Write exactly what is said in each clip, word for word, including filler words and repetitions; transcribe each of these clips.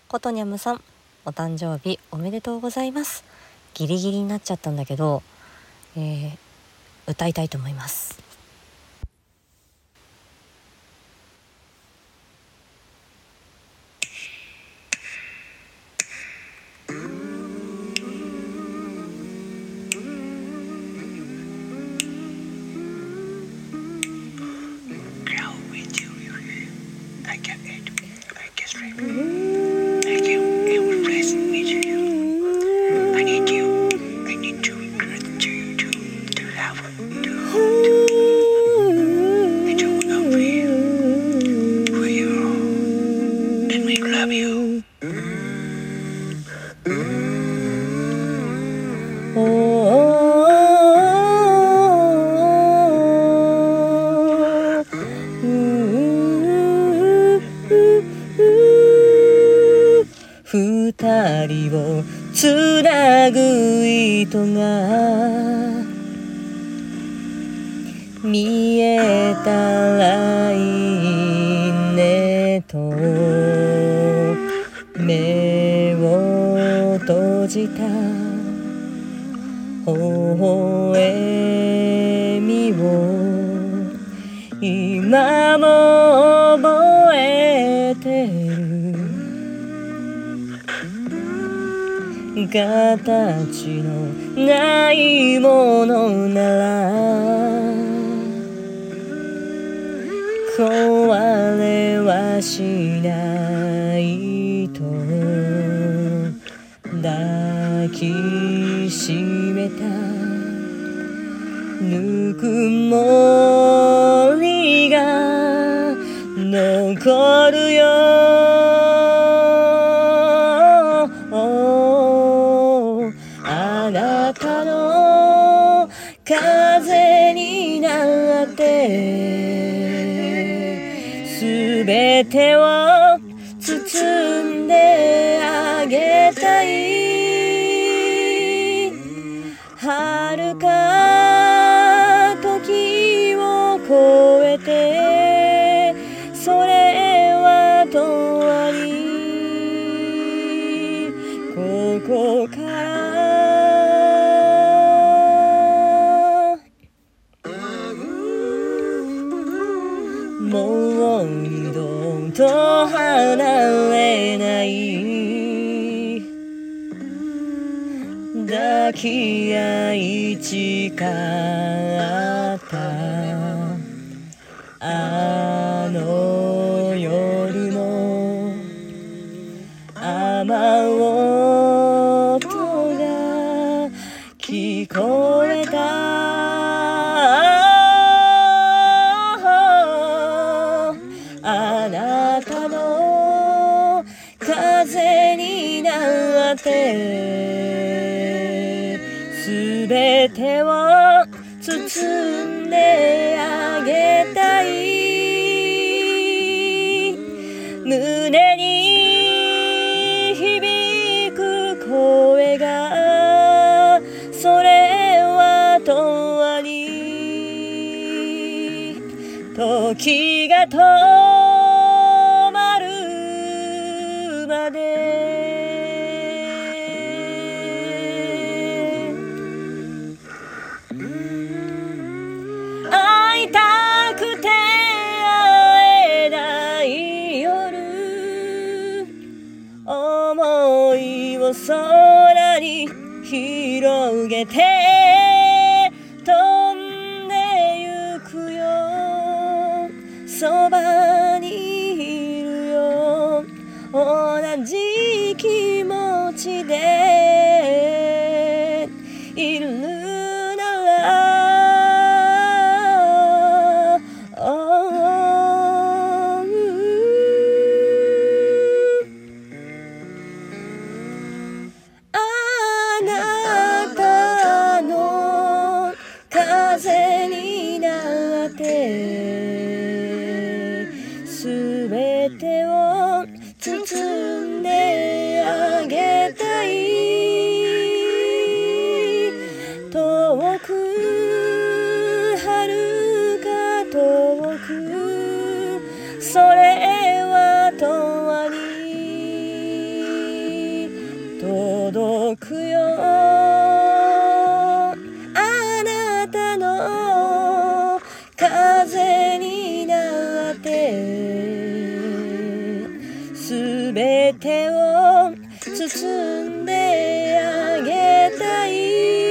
ことにゃむさん、お誕生日おめでとうございます。ギリギリになっちゃったんだけど、えー、歌いたいと思います。二人をつなぐ糸が見えたらいいねと目を閉じた微笑みを今も覚えてる。形のないものなら壊れはしないと抱きしめたぬくもりが残るよ。あなたの風になってすべてを包んであげたい。遥か時を超えてそれは永遠にここからもう二度と離れない抱き合い誓ったあの夜の雨音が聞こえた。あなたの風になってすべてを包んであげたい。胸に響く声がそれは永遠に時が止まるまで会いたくて会えない夜思いを空に広げて飛んでゆくよ。そばにいるよ。同じ気持ちでいるなら、oh、あなたの風になってすべてを包んであげたい。遠く遥か遠くそれは永遠僕よあなたの風になってすべてを包んであげたい。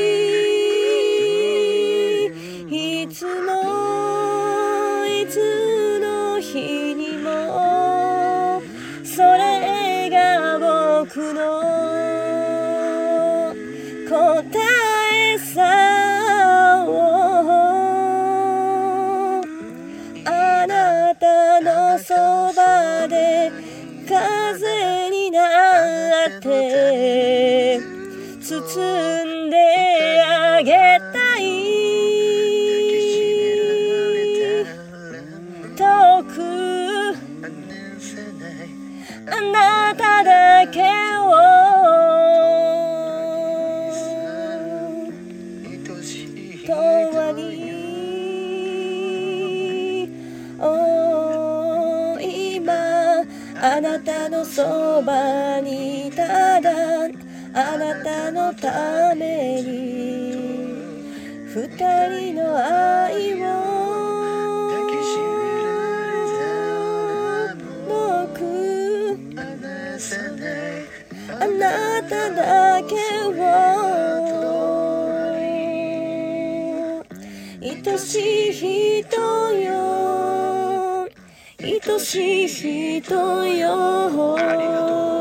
いつもいつの日にもそれが僕の答えさ。あなたのそばで風になって包んであげたい。遠くあなただけを永遠に、oh、今あなたのそばにただあなたのために二人の愛を僕あなただけを愛しい人よ愛しい人よ